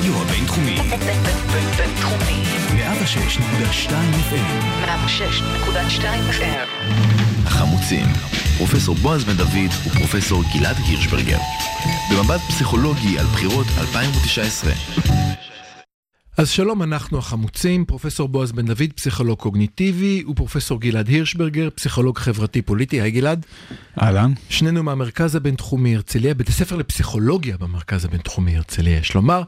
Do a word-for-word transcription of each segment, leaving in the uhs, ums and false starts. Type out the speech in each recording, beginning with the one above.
הרדיו הבינתחומי. בינתחומי. מאה ושש נקודה שתיים אף אם. מאה ושש נקודה שתיים אף אם. החמוצים. פרופסור בועז בן דוד ופרופסור גלעד הירשברגר. במבט פסיכולוגי על בחירות אלפיים ותשע עשרה. אז שלום, אנחנו החמוצים, פרופסור בועז בן דוד, פסיכולוג קוגניטיבי, ופרופסור גלעד הירשברגר, פסיכולוג חברתי פוליטי. היי גלעד. אהלן. שנינו מהמרכז הבינתחומי הרצליה, בית הספר לפסיכולוגיה במרכז הבינתחומי הרצליה, יש לומר.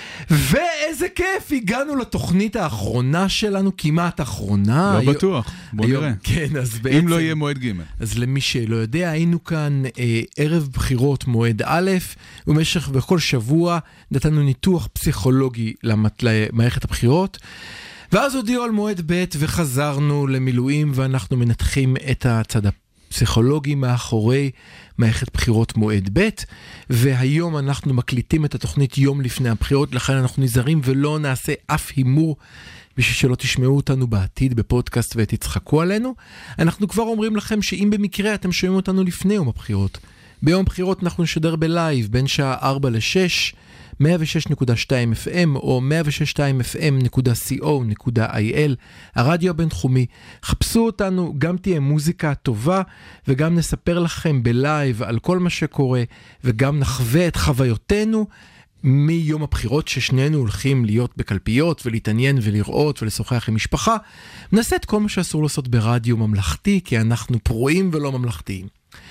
ואיזה כיף, הגענו לתוכנית האחרונה שלנו, כמעט האחרונה. לא היום, בטוח, בוא היום, נראה. כן, אז בעצם... אם לא יהיה מועד ג'. אז למי שלא יודע, היינו כאן אה, ערב בחירות מועד א', ובמשך בכל שבוע נתנו ניתוח פסיכולוגי למת... למערכת הבחירות, ואז הודיעו על מועד ב' וחזרנו למילואים, ואנחנו מנתחים את הצד הפסיכולוגי מאחורי מערכת בחירות מועד ב', והיום אנחנו מקליטים את התוכנית יום לפני הבחירות, לכן אנחנו נזהרים ולא נעשה אף הימור, בשביל שלא תשמעו אותנו בעתיד בפודקאסט ותצחקו עלינו. אנחנו כבר אומרים לכם שאם במקרה אתם שומעים אותנו לפני יום הבחירות, ביום הבחירות אנחנו נשדר בלייב בין שעה ארבע לשש, מאה ושש נקודה שתיים אף אם או מאה ושש נקודה שתיים אף אם נקודה סי או נקודה איי אל, הרדיו הבינתחומי. חפשו אותנו, גם תהיה מוזיקה טובה, וגם נספר לכם בלייב על כל מה שקורה, וגם נחווה את חוויותינו מיום הבחירות, ששנינו הולכים להיות בקלפיות ולהתעניין ולראות ולשוחח עם משפחה. נעשה את כל מה שאסור לעשות ברדיו ממלכתי, כי אנחנו פרועים ולא ממלכתיים.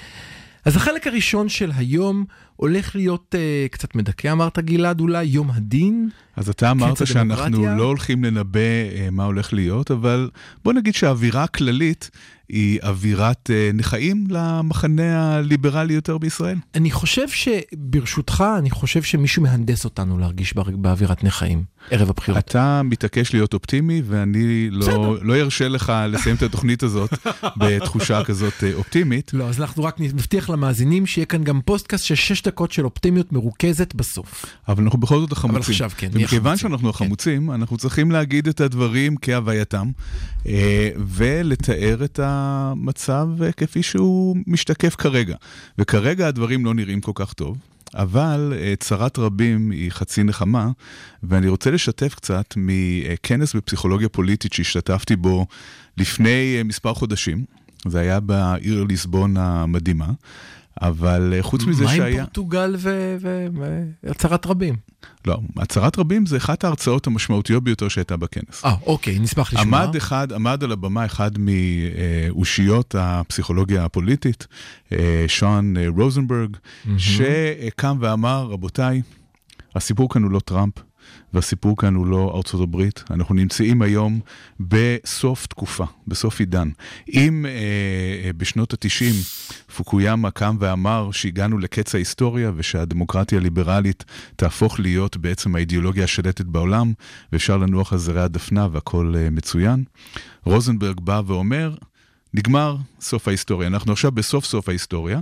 אז החלק הראשון של היום הולך להיות uh, קצת מדכא, אמרת גלעד, אולי יום הדין. אז אתה אמרת שאנחנו לא הולכים לנבא uh, מה הולך להיות, אבל בוא נגיד שהאווירה הכללית היא אווירת uh, נחיים למחנה הליברלי יותר בישראל. אני חושב שברשותך, אני חושב שמישהו מהנדס אותנו להרגיש באווירת נחיים, ערב הבחירות. אתה מתעקש להיות אופטימי, ואני לא, לא ירשה לך לסיים את התוכנית הזאת בתחושה כזאת uh, אופטימית. לא, אז אנחנו רק נבטיח למאזינים שיהיה כאן גם פוסטקאסט של שש דקות של אופטימיות מרוכזת בסוף. אבל אנחנו בכל זאת החמוצים. אבל עכשיו כן, ומכיוון שאנחנו החמוצים, כן. אנחנו צריכים להגיד את הדברים כהווייתם, ולתאר את המצב כפי שהוא משתקף כרגע. וכרגע הדברים לא נראים כל כך טוב, אבל צרת רבים היא חצי נחמה, ואני רוצה לשתף קצת מכנס בפסיכולוגיה פוליטית שהשתתפתי בו לפני מספר חודשים. זה היה בעיר ליסבון המדהימה, אבל חוץ מזה שהיה... מה עם פורטוגל והצהרת רבים? לא, הצהרת רבים זה אחת ההרצאות המשמעותיות ביותר שהייתה בכנס. אה, אוקיי, נשמח לשמוע. עמד אחד, עמד על הבמה אחד מאושיות הפסיכולוגיה הפוליטית, שון רוזנברג, שקם ואמר, רבותיי, הסיפור כאן הוא לא טראמפ, והסיפור כאן הוא לא ארצות הברית. אנחנו נמצאים היום בסוף תקופה, בסוף עידן. אם אה, בשנות ה-תשעים פוקויאמה קם ואמר שהגענו לקץ ההיסטוריה, ושהדמוקרטיה הליברלית תהפוך להיות בעצם האידיאולוגיה השלטת בעולם, ואפשר לנוח על זרי הדפנה והכל אה, מצוין, רוזנברג בא ואומר, נגמר סוף ההיסטוריה. אנחנו עכשיו בסוף סוף ההיסטוריה,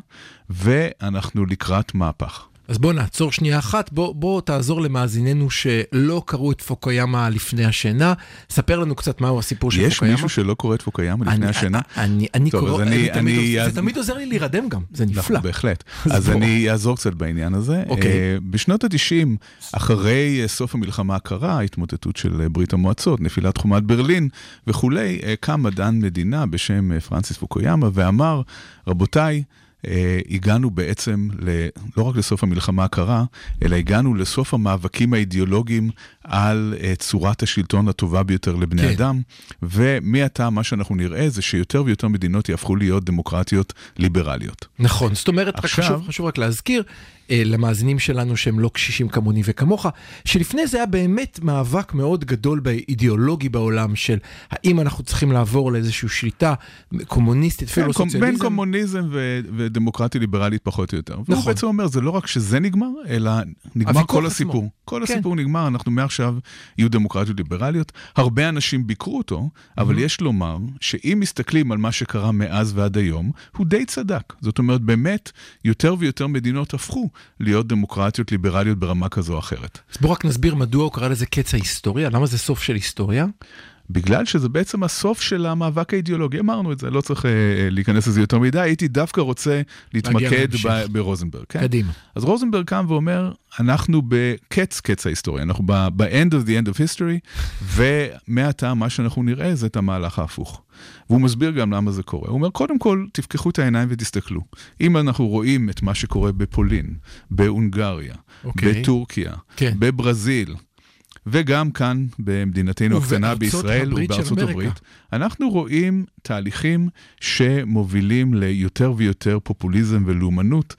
ואנחנו לקראת מהפך. אז בוא נעצור שנייה אחת, בוא, בוא תעזור למאזיננו שלא קראו את פוקויאמה לפני השינה, ספר לנו קצת מהו הסיפור של יש פוקויאמה. יש מישהו שלא קורא את פוקויאמה לפני אני, השינה? אני, אני טוב, קורא, אני, אני, אני, תמיד, אני, זה תמיד עוזר לי להירדם גם, זה נפלא. נכון, בהחלט. אז, אז אני אעזור קצת בעניין הזה. אוקיי. בשנות ה-תשעים, אחרי סוף המלחמה הקרה, ההתמוטטות של ברית המועצות, נפילת חומת ברלין וכולי, קם מדען מדינה בשם פרנסיס פוקויאמה ואמר, רבותיי, Uh, הגענו בעצם ל, לא רק לסוף המלחמה הקרה, אלא הגענו לסוף המאבקים האידיאולוגיים על uh, צורת השלטון הטובה ביותר לבני כן. אדם, ומעתה מה שאנחנו נראה זה שיותר ויותר מדינות יהפכו להיות דמוקרטיות ליברליות. נכון, זאת אומרת, עכשיו, רק חשוב, חשוב רק להזכיר, למאזינים שלנו שהם לא קשישים כמוני וכמוך, שלפני זה היה באמת מאבק מאוד גדול באידיאולוגי בעולם של האם אנחנו צריכים לעבור לאיזושהי שליטה קומוניסטית, אפילו סוציאליזם. בין קומוניזם ו- ודמוקרטיה ליברלית פחות או יותר. נכון. והוא בעצם אומר, זה לא רק שזה נגמר, אלא נגמר כל הסיפור. עצמו. כל כן. הסיפור נגמר, אנחנו מעכשיו יהיו דמוקרטיות ליברליות. הרבה אנשים ביקרו אותו, אבל mm-hmm. יש לומר שאם מסתכלים על מה שקרה מאז ועד היום, הוא די צדק. זאת אומרת, באמת, יותר ויותר מדינות הפכו להיות דמוקרטיות ליברליות ברמה כזו או אחרת. אז בוא רק נסביר מדוע הוא קרא לזה קץ ההיסטוריה, למה זה סוף של היסטוריה? בגלל שזה בעצם הסוף של המאבק האידיאולוגי. אמרנו את זה, לא צריך אה, להיכנס לזה יותר מדי, הייתי דווקא רוצה להתמקד ב- ברוזנברג. כן? קדימה. אז רוזנברג קם ואומר, אנחנו בקץ, קץ ההיסטוריה, אנחנו ב-end of the end of history, ומעתה מה שאנחנו נראה זה את המהלך ההפוך. והוא מסביר גם למה זה קורה. הוא אומר, קודם כל, תפקחו את העיניים ותסתכלו. אם אנחנו רואים את מה שקורה בפולין, בהונגריה, okay. בטורקיה, כן. בברזיל, וגם כאן במדינתנו הקטנה בישראל ובארצות הברית, אנחנו רואים תהליכים שמובילים ליותר ויותר פופוליזם ולאומנות,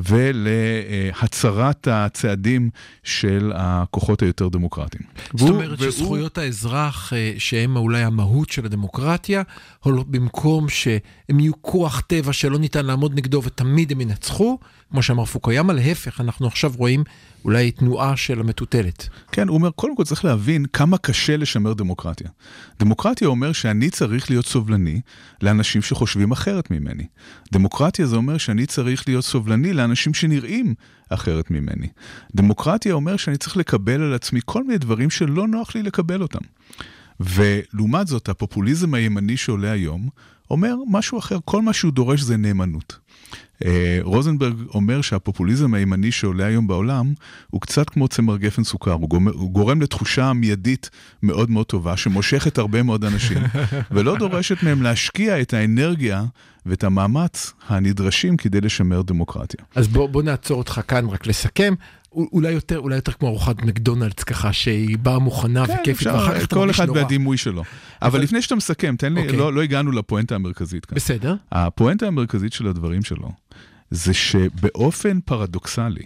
ולהצרת הצעדים של הכוחות היותר דמוקרטיים. זאת אומרת שזכויות האזרח, שהם אולי המהות של הדמוקרטיה, במקום שהם יהיו כוח טבע שלא ניתן לעמוד נגדו ותמיד הם ינצחו, כמו שאמר פוקויאמה, להפך, אנחנו עכשיו רואים אולי תנועה של המטוטלת. כן, הוא אומר, קודם כל צריך להבין כמה קשה לשמר דמוקרטיה. דמוקרטיה אומר שאני צריך להיות סובלני לאנשים שחושבים אחרת ממני. דמוקרטיה זה אומר שאני צריך להיות סובלני לאנשים שנראים אחרת ממני. דמוקרטיה אומר שאני צריך לקבל על עצמי כל מיני דברים שלא נוח לי לקבל אותם. ולעומת זאת, הפופוליזם הימני שעולה היום, אומר משהו אחר, כל מה שהוא דורש זה נאמנות. רוזנברג אומר שהפופוליזם הימני שעולה היום בעולם הוא קצת כמו צמר גפן סוכר, הוא גורם, הוא גורם לתחושה מיידית מאוד מאוד טובה שמושכת הרבה מאוד אנשים ולא דורשת מהם להשקיע את האנרגיה ואת המאמץ הנדרשים כדי לשמר דמוקרטיה. אז בוא, בוא נעצור אותך כאן רק לסכם, אולי יותר, אולי יותר כמו ארוחת מקדונלדס ככה שהיא באה מוכנה כן, וכיפית ואחר כך אתה מרגיש נורא. כל אחד והדימוי שלו. אבל, אבל לפני שאתה מסכם, תן לי, אוקיי. לא, לא הגענו לפואנטה המרכזית כאן. בסדר. הפואנטה המרכזית של הדברים שלו זה שבאופן פרדוקסלי,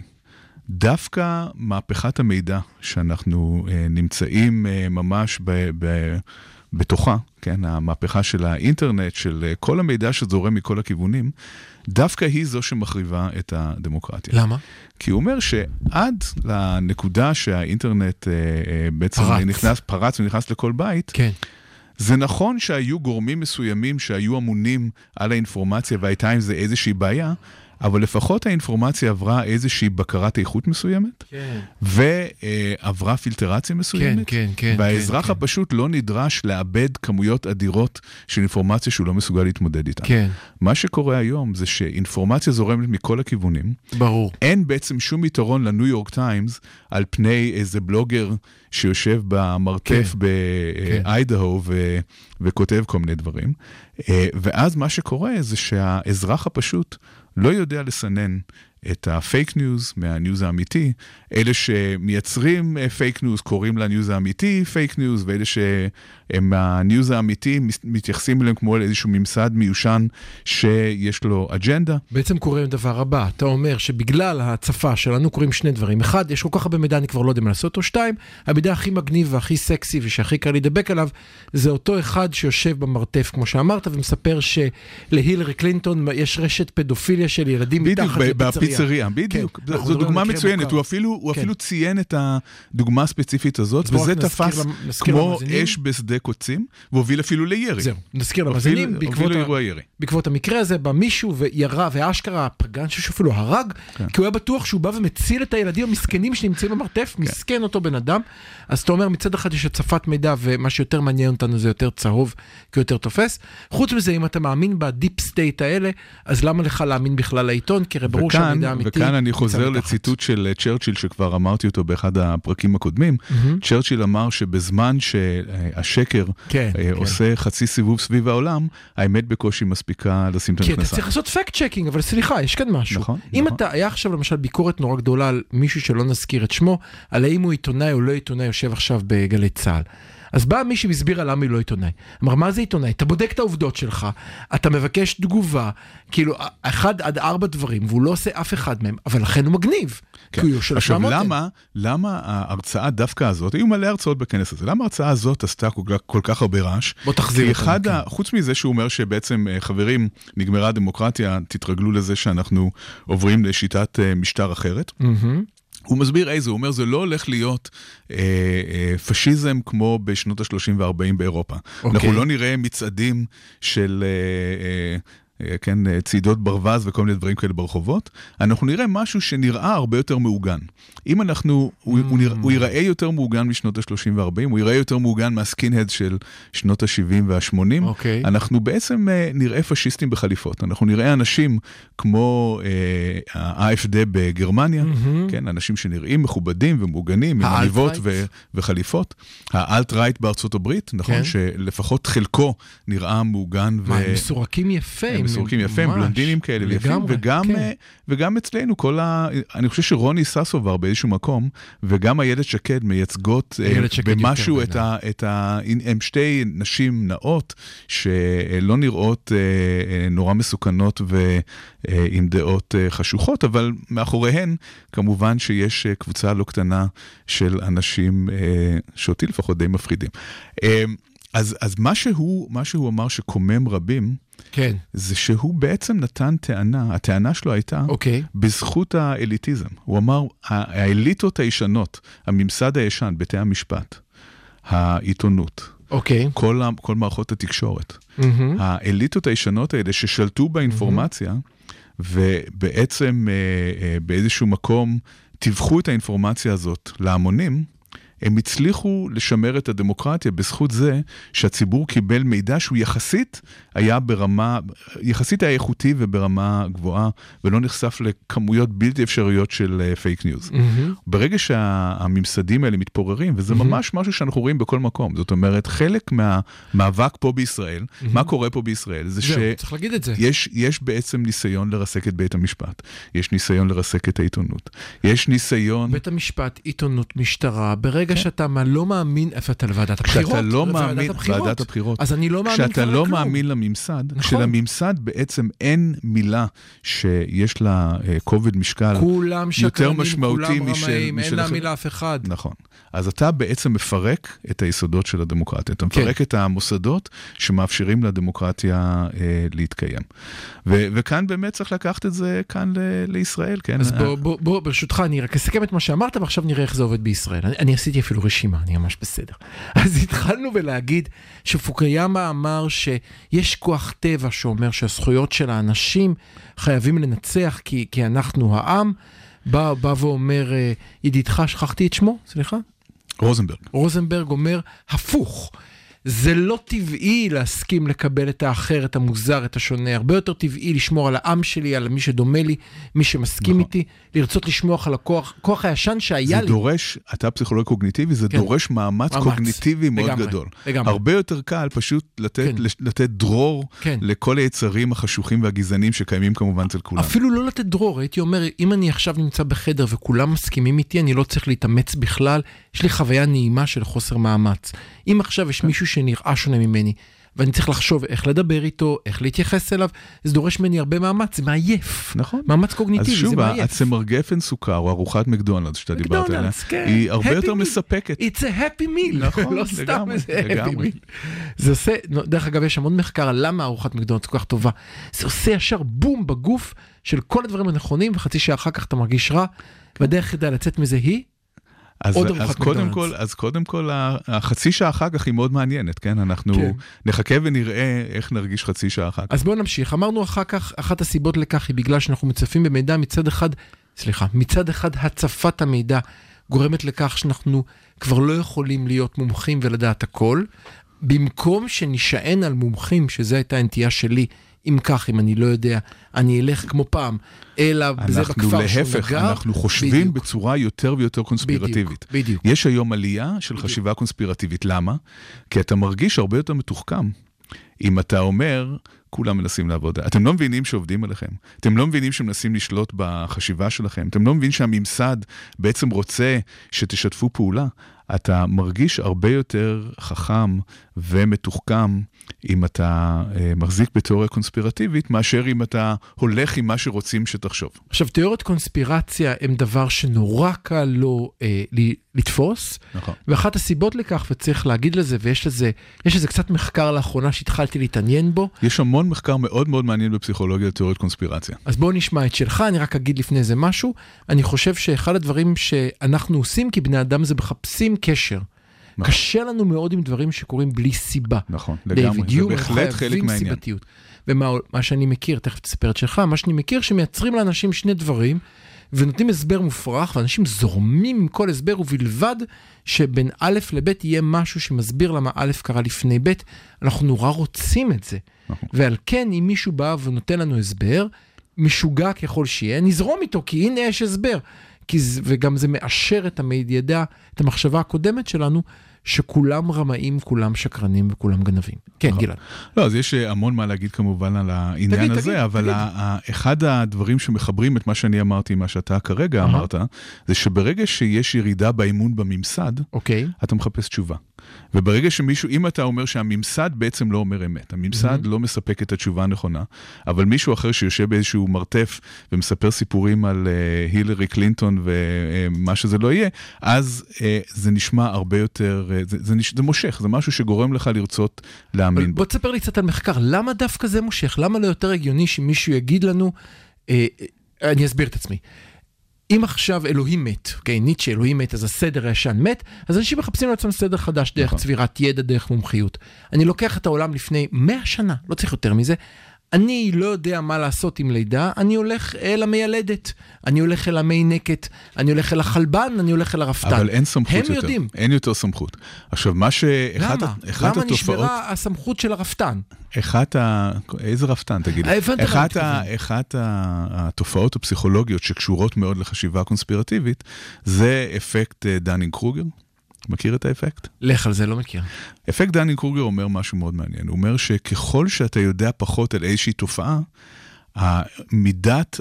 דווקא מהפכת המידע שאנחנו אה, נמצאים אה, ממש ב, ב, בתוכה, כן, המהפכה של האינטרנט, של אה, כל המידע שזורם מכל הכיוונים, דווקא היא זו שמחריבה את הדמוקרטיה. למה? כי הוא אומר שעד לנקודה שהאינטרנט אה, אה, בעצם פרץ. נכנס, פרץ ונכנס לכל בית, כן. זה נכון שהיו גורמים מסוימים שהיו אמונים על האינפורמציה והייתה עם זה איזושהי בעיה, אבל לפחות האינפורמציה עברה איזושהי בקרת איכות מסוימת, כן. ועברה פילטרציה מסוימת, כן, כן, כן, והאזרח כן, הפשוט כן. לא נדרש לאבד כמויות אדירות של אינפורמציה שהוא לא מסוגל להתמודד איתה. כן. מה שקורה היום זה שאינפורמציה זורמת מכל הכיוונים. ברור. אין בעצם שום יתרון לניו יורק טיימס על פני איזה בלוגר שיושב במרתף כן. באיידהו ו... וכותב כל מיני דברים. ואז מה שקורה זה שהאזרח הפשוט לא יודע לסנן את הפייק ניוז מהניוז האמיתי, אלה שמייצרים פייק ניוז קוראים לניוז האמיתי פייק ניוז, ואלה שהם הניוז האמיתי מתייחסים אליהם כמו איזשהו ממסד מיושן שיש לו אג'נדה. בעצם קוראים דבר הבא, אתה אומר שבגלל ההצפה שלנו קוראים שני דברים, אחד, יש כל כך הרבה מידע אני כבר לא יודע מה לעשות, או שתיים, המידע הכי מגניב והכי סקסי ושהכי קל להידבק עליו, זה אותו אחד שיושב במרתף כמו שאמרת, ומספר שלהילרי קלינטון יש רשת פדופיליה של ילדים מתחת לפיצריה. פיצריה, בדיוק. כן, זו דוגמה מצוינת, הוא אפילו, הוא כן. אפילו ציין את הדוגמה הספציפית הזאת, וזה תפס כמו אש בשדה קוצים, והוביל אפילו לירי. זהו, נזכיר למאזינים, בעקבות המקרה הזה, בא מישהו וירה, והאשכרה פגן שאפילו הרג, כן. כי הוא היה בטוח שהוא בא ומציל את הילדים המסכנים שנמצאים במרתף, כן. מסכן אותו בן אדם, אז אתה אומר, מצד אחד יש הצפת מידע, ומה שיותר מעניין אותנו זה יותר צהוב, כי יותר תופס. חוץ מזה, אם אתה מאמין בדיפ סטייט האלה, אז למה לך להאמין בכלל לעיתון? כי ברור שהמידע אמיתי. וכאן אני חוזר לציטוט של צ'רצ'יל, שכבר אמרתי אותו באחד הפרקים הקודמים. צ'רצ'יל אמר שבזמן שהשקר עושה חצי סיבוב סביב העולם, האמת בקושי מספיקה לשים את המכנסיים. כן, אתה צריך לעשות פקט צ'קינג, אבל סליחה, יש כאן משהו. אם אתה, היה עכשיו למשל ביקורת נורא גדולה על מישהו שלא נזכיר את שמו, על האם הוא עיתונאי או לא עיתונאי יושב עכשיו בגלי צהל. אז בא מי שהסביר על למה היא לא עיתונאי. אמר, מה זה עיתונאי? אתה בודק את העובדות שלך, אתה מבקש תגובה, כאילו, אחד עד ארבע דברים, והוא לא עושה אף אחד מהם, אבל לכן הוא מגניב. כן. עכשיו, למה, למה ההרצאה דווקא הזאת, היו מלא הרצאות בכנס הזה, למה ההרצאה הזאת עשתה כל, כל כך הרבה רעש? בוא תחזיר אותנו. אחד, ה, חוץ מזה שהוא אומר שבעצם, חברים, נגמרה הדמוקרטיה, תתרגלו לזה שאנחנו עוברים לשיטת משטר אחרת. Mm-hmm. הוא מסביר איזה, הוא אומר, זה לא הולך להיות אה, אה, פשיזם כמו בשנות ה-שלושים וה-ארבעים באירופה. Okay. אנחנו לא נראה מצעדים של... אה, כן, צידות ברווז וכל מיני דברים כאלה ברחובות, אנחנו נראה משהו שנראה הרבה יותר מעוגן. אם אנחנו, הוא, הוא, נראה, הוא ייראה יותר מעוגן משנות ה-שלושים ו-ארבעים, הוא ייראה יותר מעוגן מהסקין-הד של שנות ה-שבעים וה-שמונים, okay. אנחנו בעצם נראה פשיסטים בחליפות. אנחנו נראה אנשים כמו ה-איי אף די בגרמניה, mm-hmm. כן, אנשים שנראים מכובדים ומעוגנים, עם עניבות ו- וחליפות. האלט-רייט בארצות הברית, נכון, כן. שלפחות חלקו נראה מעוגן. מה, ו... הם מסורקים יפה. הם מסורקים יפה, הם בלונדינים כאלה ויפים, וגם, כן. וגם אצלנו, כל ה... אני חושב שרוני ססובר באיזשהו מקום, וגם הילד שקד מייצגות שקד במשהו את ה... את ה... הם שתי נשים נאות, שלא נראות נורא מסוכנות ועם דעות חשוכות, אבל מאחוריהן, כמובן שיש קבוצה לא קטנה של אנשים שאותי לפחות די מפחידים. אז, אז מה שהוא, מה שהוא אמר שקומם רבים, כן. זה שהוא בעצם נתן טענה, הטענה שלו הייתה, אוקיי. בזכות האליטיזם. הוא אמר, האליטות הישנות, הממסד הישן, בתי המשפט, העיתונות, אוקיי. כל, כל מערכות התקשורת, Mm-hmm. האליטות הישנות האלה ששלטו באינפורמציה, mm-hmm. ובעצם באיזשהו מקום תווכו את האינפורמציה הזאת להמונים, הם הצליחו לשמר את הדמוקרטיה בזכות זה שהציבור קיבל מידע שהוא יחסית היה ברמה, יחסית היה איכותי וברמה גבוהה, ולא נחשף לכמויות בלתי אפשריות של פייק ניוז. Mm-hmm. ברגע שהממסדים האלה מתפוררים, וזה mm-hmm. ממש משהו שאנחנו רואים בכל מקום, זאת אומרת, חלק מהמאבק פה בישראל, mm-hmm. מה קורה פה בישראל, זה שיש יש בעצם ניסיון לרסק את בית המשפט, יש ניסיון לרסק את העיתונות, יש ניסיון... בית המשפט, עיתונות, משטרה, ברגע שאתה לא מאמין, איפה אתה לוועדת הבחירות? כשאתה לא מאמין, ועדת הבחירות. אז אני לא מאמין כשאתה לא מאמין לממסד, כשלממסד בעצם אין מילה שיש לה כובד משקל יותר משמעותי משלכם. אין לה מילה אף אחד. נכון. אז אתה בעצם מפרק את היסודות של הדמוקרטיה. אתה מפרק את המוסדות שמאפשרים לדמוקרטיה להתקיים. וכאן באמת צריך לקחת את זה כאן לישראל, כן? אז בוא, ברשותך, אני רק אסכם את מה שאמרת, ועכשיו נראה איך זה עובד בישראל. אני עשיתי אפילו רשימה, אני ממש בסדר. אז התחלנו בלהגיד שפוקיאמה אמר שיש כוח טבע שאומר שהזכויות של האנשים חייבים לנצח כי, כי אנחנו העם. בא, בא ואומר, ידידך, שכחתי את שמו, סליחה? רוזנברג. רוזנברג אומר, הפוך. זה לא טבעי להסכים לקבל את האחר, את המוזר, את השונה. הרבה יותר טבעי לשמור על העם שלי, על מי שדומה לי, מי שמסכים נכון. איתי, לרצות לשמור על הכוח, כוח הישן שהיה זה לי. זה דורש, אתה פסיכולוג קוגניטיבי, זה כן. דורש מאמץ, מאמץ קוגניטיבי מאוד לגמרי, גדול. לגמרי. הרבה יותר קל פשוט לתת, כן. לתת דרור כן. לכל היצרים החשוכים והגזענים שקיימים כמובן אצל כולם. אפילו לא לתת דרור, הייתי אומר, אם אני עכשיו נמצא בחדר וכולם מסכימים איתי, אני לא צריך להתאמץ בכלל, יש לי חוויה נעימה של חוסר מאמץ. אם עכשיו יש מישהו שנראה שונה ממני, ואני צריך לחשוב איך לדבר איתו, איך להתייחס אליו, זה דורש ממני הרבה מאמץ, זה מעייף. נכון. מאמץ קוגניטיבי, זה מעייף. אז שוב, הצמר גפן סוכר, או ארוחת מקדונלדס שאתה דיברת עליה, כן. היא הרבה happy יותר meal. מספקת. It's a happy meal. נכון, לא סתם לגמרי, איזה happy לגמרי. meal. זה עושה, דרך אגב, יש המון מחקר על למה ארוחת מקדונלדס כל כך טובה. זה עושה ישר בום בגוף של כל הדברים הנכונים, וחצי שעה אחר כך אתה מרגיש רע, והדרך כדי לצאת מזה היא אז, אז קודם כל, אז קודם כל, החצי שעה אחר כך היא מאוד מעניינת, כן? אנחנו כן. נחכה ונראה איך נרגיש חצי שעה אחר כך. אז בואו נמשיך. אמרנו אחר כך, אחת הסיבות לכך היא בגלל שאנחנו מצפים במידע מצד אחד, סליחה, מצד אחד הצפת המידע גורמת לכך שאנחנו כבר לא יכולים להיות מומחים ולדעת הכל, במקום שנשען על מומחים, שזה הייתה הנטייה שלי, אם כך, אם אני לא יודע, אני אלך כמו פעם, אלא זה בכפר שהוא נגר. אנחנו חושבים בדיוק. בצורה יותר ויותר קונספירטיבית. בדיוק, בדיוק. יש היום עלייה של בדיוק. חשיבה קונספירטיבית. למה? כי אתה מרגיש הרבה יותר מתוחכם. אם אתה אומר, כולם מנסים לעבוד. אתם לא מבינים שעובדים עליכם. אתם לא מבינים שמנסים לשלוט בחשיבה שלכם. אתם לא מבינים שהממסד בעצם רוצה שתשתפו פעולה. אתה מרגיש הרבה יותר חכם ומתוחכם אם אתה אה, מחזיק בתיאוריה קונספירטיבית, מאשר אם אתה הולך עם מה שרוצים שתחשוב. עכשיו, תיאוריות קונספירציה הם דבר שנורא קל לא אה, לתפוס, נכון. ואחת הסיבות לכך, וצריך להגיד לזה, ויש לזה, יש לזה קצת מחקר לאחרונה שהתחלתי להתעניין בו. יש המון מחקר מאוד מאוד מעניין בפסיכולוגיה לתיאוריות קונספירציה. אז בואו נשמע את שלך, אני רק אגיד לפני זה משהו. אני חושב שאחד הדברים שאנחנו עושים, כי בני אדם זה מחפשים קשר נכון. קשה לנו מאוד עם דברים שקורים בלי סיבה. נכון, לגמרי, זה בהחלט חלק מהעניין. סיבתיות. ומה מה שאני מכיר, תכף תספר את שלך, מה שאני מכיר שמייצרים לאנשים שני דברים, ונותנים הסבר מופרך, ואנשים זורמים עם כל הסבר, ובלבד שבין א' לב' יהיה משהו שמסביר למה א' קרה לפני ב', אנחנו נורא רוצים את זה. נכון. ועל כן, אם מישהו בא ונותן לנו הסבר, משוגע ככל שיהיה, נזרום איתו, כי הנה יש הסבר. כי זה, וגם זה מאשר את המידע, את המחשבה הקודמת שלנו, שכולם רמאים, כולם שקרנים וכולם גנבים. כן, גלעד. לא, אז יש המון מה להגיד כמובן על העניין תגיד, הזה, תגיד, אבל תגיד. ה- אחד הדברים שמחברים את מה שאני אמרתי, מה שאתה כרגע אמרת, זה שברגע שיש ירידה באמון בממסד, אוקיי. אתה מחפש תשובה. וברגע שמישהו, אם אתה אומר שהממסד בעצם לא אומר אמת, הממסד לא מספק את התשובה הנכונה, אבל מישהו אחר שיושב באיזשהו מרתף ומספר סיפורים על uh, הילרי קלינטון ומה שזה לא יהיה, אז uh, זה נשמע הרבה יותר, uh, זה, זה, נש, זה מושך, זה משהו שגורם לך לרצות להאמין בו. בוא תספר לי קצת על מחקר, למה דווקא זה מושך? למה לא יותר הגיוני שמישהו יגיד לנו, אה, אני אסביר את עצמי, אם עכשיו אלוהים מת, אוקיי, ניטשה, אלוהים מת, אז הסדר הישן מת, אז אנשים מחפשים לעצמם סדר חדש, דרך נכון. צבירת ידע, דרך מומחיות. אני לוקח את העולם לפני מאה שנה, לא צריך יותר מזה, אני לא יודע מה לעשות עם לידה, אני הולך אל המיילדת, אני הולך אל המי נקט, אני הולך אל החלבן, אני הולך אל הרפתן. אבל אין סמכות הם יותר. יודעים. אין יותר סמכות. עכשיו, מה שאחת למה? אחת למה התופעות... נשברה הסמכות של הרפתן? אחת ה... איזה רפתן, תגיד לי? הבנת מה אחת, אני ה... אחת ה... התופעות הפסיכולוגיות שקשורות מאוד לחשיבה קונספירטיבית, זה אפקט דנינג קרוגר. מכיר את האפקט? לך על זה, לא מכיר. אפקט דנינג קרוגר אומר משהו מאוד מעניין. הוא אומר שככל שאתה יודע פחות על איזושהי תופעה, מידת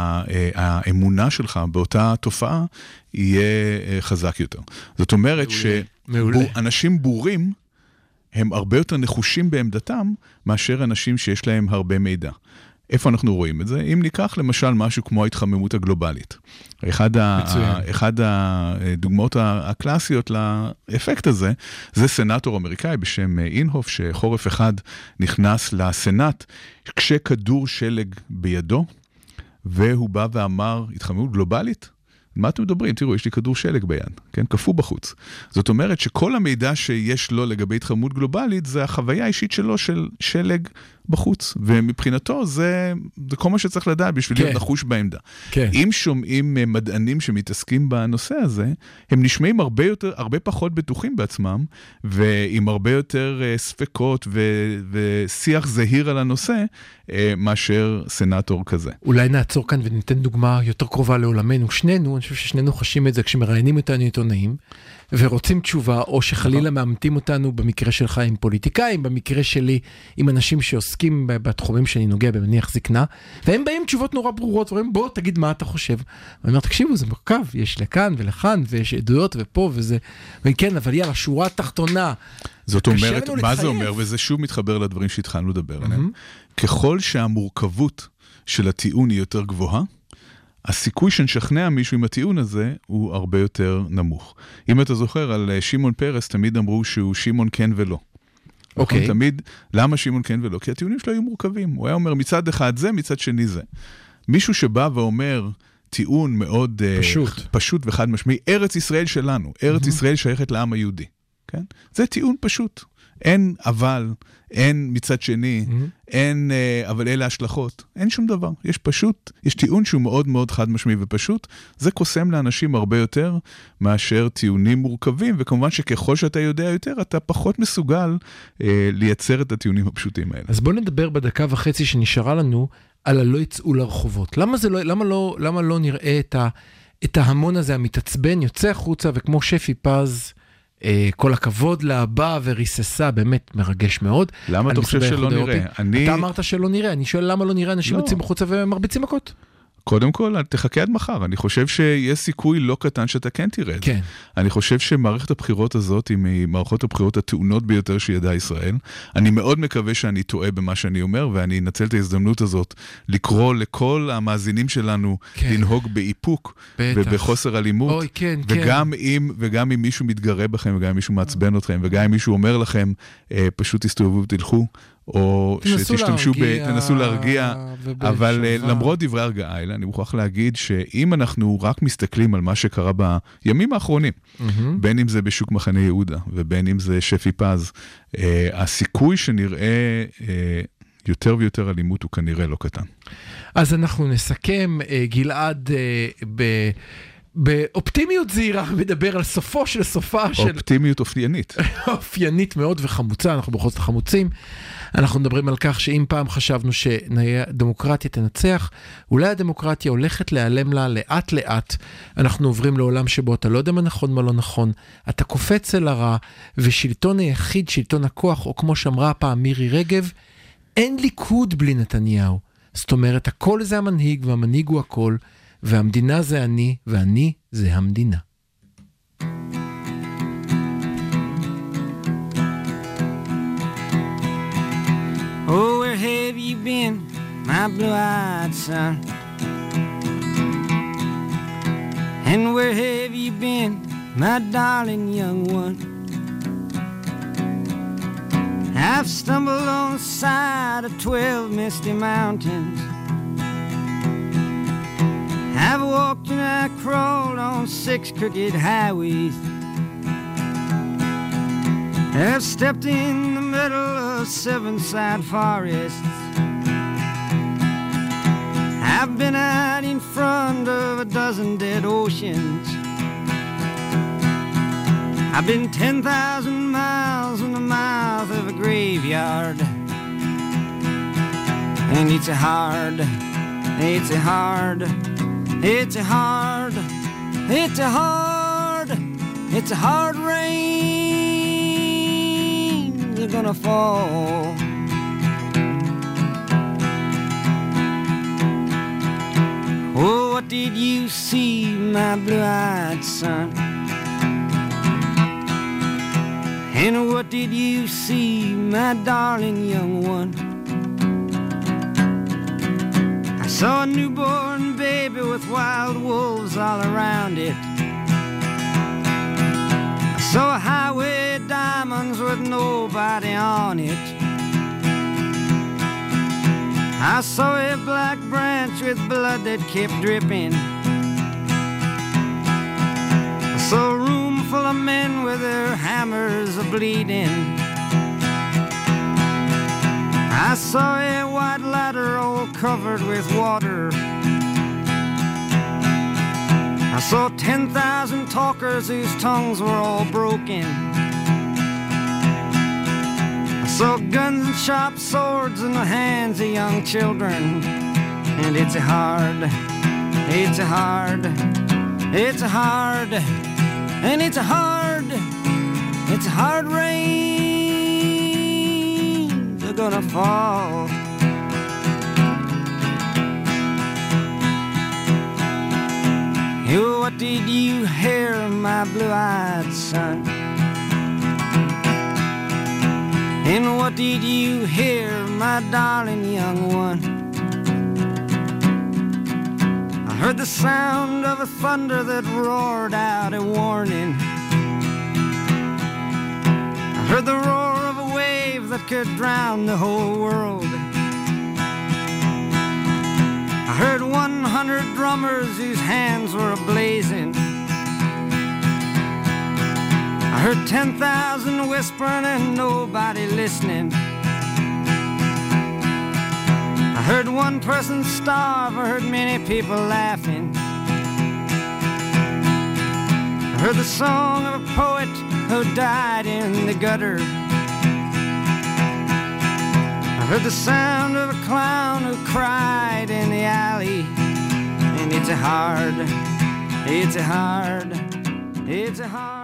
האמונה שלך באותה תופעה יהיה חזק יותר. זאת אומרת שאנשים בורים הם הרבה יותר נחושים בעמדתם מאשר אנשים שיש להם הרבה מידע. איפה אנחנו רואים את זה? אם ניקח למשל משהו כמו ההתחממות הגלובלית. אחד, ה, אחד הדוגמאות הקלאסיות לאפקט הזה, זה סנאטור אמריקאי בשם אינהוף, שחורף אחד נכנס לסנאט, כשכדור שלג בידו, והוא בא ואמר, התחממות גלובלית? מה אתם מדברים? תראו, יש לי כדור שלג ביד, כן? קפוא בחוץ. זאת אומרת שכל המידע שיש לו לגבי התחממות גלובלית, זה החוויה האישית שלו של שלג בחוץ, ומבחינתו זה, זה כל מה שצריך לדעת בשביל כן. להיות נחוש בעמדה. כן. אם שומעים מדענים שמתעסקים בנושא הזה, הם נשמעים הרבה יותר, הרבה פחות בטוחים בעצמם, ועם הרבה יותר ספקות ו- ושיח זהיר על הנושא, מאשר סנאטור כזה. אולי נעצור כאן וניתן דוגמה יותר קרובה לעולמנו. שנינו, אני חושב ששנינו חשים את זה כשמראיינים אותנו עיתונאים, ורוצים תשובה, או שחלילה מאמתים אותנו במקרה שלך עם פוליטיקאים, במקרה שלי עם אנשים שעוסקים בתחומים שאני נוגע במניח זקנה, והם באים תשובות נורא ברורות, ואומרים בוא תגיד מה אתה חושב. ואני אומר תקשיבו זה מורכב, יש לכאן ולכאן, ויש עדויות ופה וזה, וכן אבל יאללה שורה תחתונה. זאת אומרת, מה זה אומר? וזה שוב מתחבר לדברים שהתחלנו לדבר עליהם. ככל שהמורכבות של הטיעון היא יותר גבוהה, הסיכוי שנשכנע מישהו עם הטיעון הזה הוא הרבה יותר נמוך. אם אתה זוכר על שמעון פרס, תמיד אמרו שהוא שמעון כן ולא. אוקיי. תמיד, למה שמעון כן ולא? כי הטיעונים שלו היו מורכבים. הוא היה אומר מצד אחד זה, מצד שני זה. מישהו שבא ואומר טיעון מאוד פשוט, uh, פשוט וחד משמעי, ארץ ישראל שלנו, ארץ mm-hmm. ישראל שייכת לעם היהודי. כן? זה טיעון פשוט. אין אבל, אין מצד שני, mm-hmm. אין, אבל אלה השלכות. אין שום דבר. יש פשוט, יש טיעון שהוא מאוד מאוד חד משמעי ופשוט. זה קוסם לאנשים הרבה יותר מאשר טיעונים מורכבים, וכמובן שככל שאתה יודע יותר, אתה פחות מסוגל אה, לייצר את הטיעונים הפשוטים האלה. אז בוא נדבר בדקה וחצי שנשארה לנו על הלא יצאו לרחובות. למה זה לא, למה לא, למה לא נראה את ה, את ההמון הזה המתעצבן, יוצא החוצה, וכמו שפי פז, כל הכבוד להבא וריססה, באמת מרגש מאוד. למה אתה חושב שלא נראה? אתה אמרת שלא נראה, אני שואל למה לא נראה אנשים יוצאים בחוצה ומרביצים מכות? קודם כל, תחכה עד מחר. אני חושב שיש סיכוי לא קטן שאתה כן תראה את זה. כן. אני חושב שמערכת הבחירות הזאת היא ממערכות הבחירות הטעונות ביותר שידעה ישראל. אני מאוד מקווה שאני טועה במה שאני אומר, ואני אנצל את ההזדמנות הזאת לקרוא לכל המאזינים שלנו כן. לנהוג באיפוק ובחוסר אלימות. אוי, כן, וגם, כן. אם, וגם אם מישהו מתגרה בכם, וגם אם מישהו מעצבן אתכם, וגם אם מישהו אומר לכם, אה, פשוט תסתובבו ותלכו, או שתשתמשו ב... תנסו להרגיע, אבל ובשלווה. למרות דברי הרגעה האלה, אני מוכרח להגיד שאם אנחנו רק מסתכלים על מה שקרה בימים האחרונים, בין אם זה בשוק מחנה יהודה, ובין אם זה שפי פז, הסיכוי שנראה יותר ויותר אלימות הוא כנראה לא קטן. אז אנחנו נסכם, גלעד, ב... באופטימיות זהירה, מדבר על סופו של סופה של... אופטימיות אופיינית. אופיינית מאוד וחמוצה, אנחנו בכל זאת חמוצים. אנחנו מדברים על כך שאם פעם חשבנו שדמוקרטיה תנצח, אולי הדמוקרטיה הולכת להיעלם לה לאט לאט. אנחנו עוברים לעולם שבו אתה לא יודע מה נכון, מה לא נכון. אתה קופץ אל הרע, ושלטון היחיד, שלטון הכוח, או כמו שאמרה פעם מירי רגב, אין ליכוד בלי נתניהו. זאת אומרת, הכל זה המנהיג, והמנהיג הוא הכל, והמדינה זה אני, ואני זה המדינה. Oh, where have you been, my blue-eyed son? And where have you been, my darling young one? I've stumbled on the side of twelve misty mountains. I've walked and I crawled on six crooked highways. I've stepped in the middle of seven sad forests. I've been out in front of a dozen dead oceans. I've been ten thousand miles in the mouth of a graveyard. And it's a hard, it's a hard, it's a hard, it's a hard, it's a hard rain that's gonna fall. Oh, what did you see, my blue-eyed son? And what did you see, my darling young one? I saw a newborn baby with wild wolves all around it. I saw a highway of diamonds with nobody on it. I saw a black branch with blood that kept dripping. I saw a room full of men with their hammers a-bleeding. I saw a white ladder all covered with water. I saw ten thousand talkers whose tongues were all broken. I saw guns and sharp swords in the hands of young children. And it's a hard, it's a hard, it's a hard, and it's a hard, it's a hard rain they're gonna fall. Oh, what did you hear, my blue-eyed son? And what did you hear, my darling young one? I heard the sound of a thunder that roared out a warning. I heard the roar of a wave that could drown the whole world. I heard one hundred drummers whose hands were ablazing. I heard ten thousand whispering and nobody listening. I heard one person starve, I heard many people laughing. I heard the song of a poet who died in the gutter. I heard the sound of a clown who cried in the alley. And it's a hard, it's a hard, it's a hard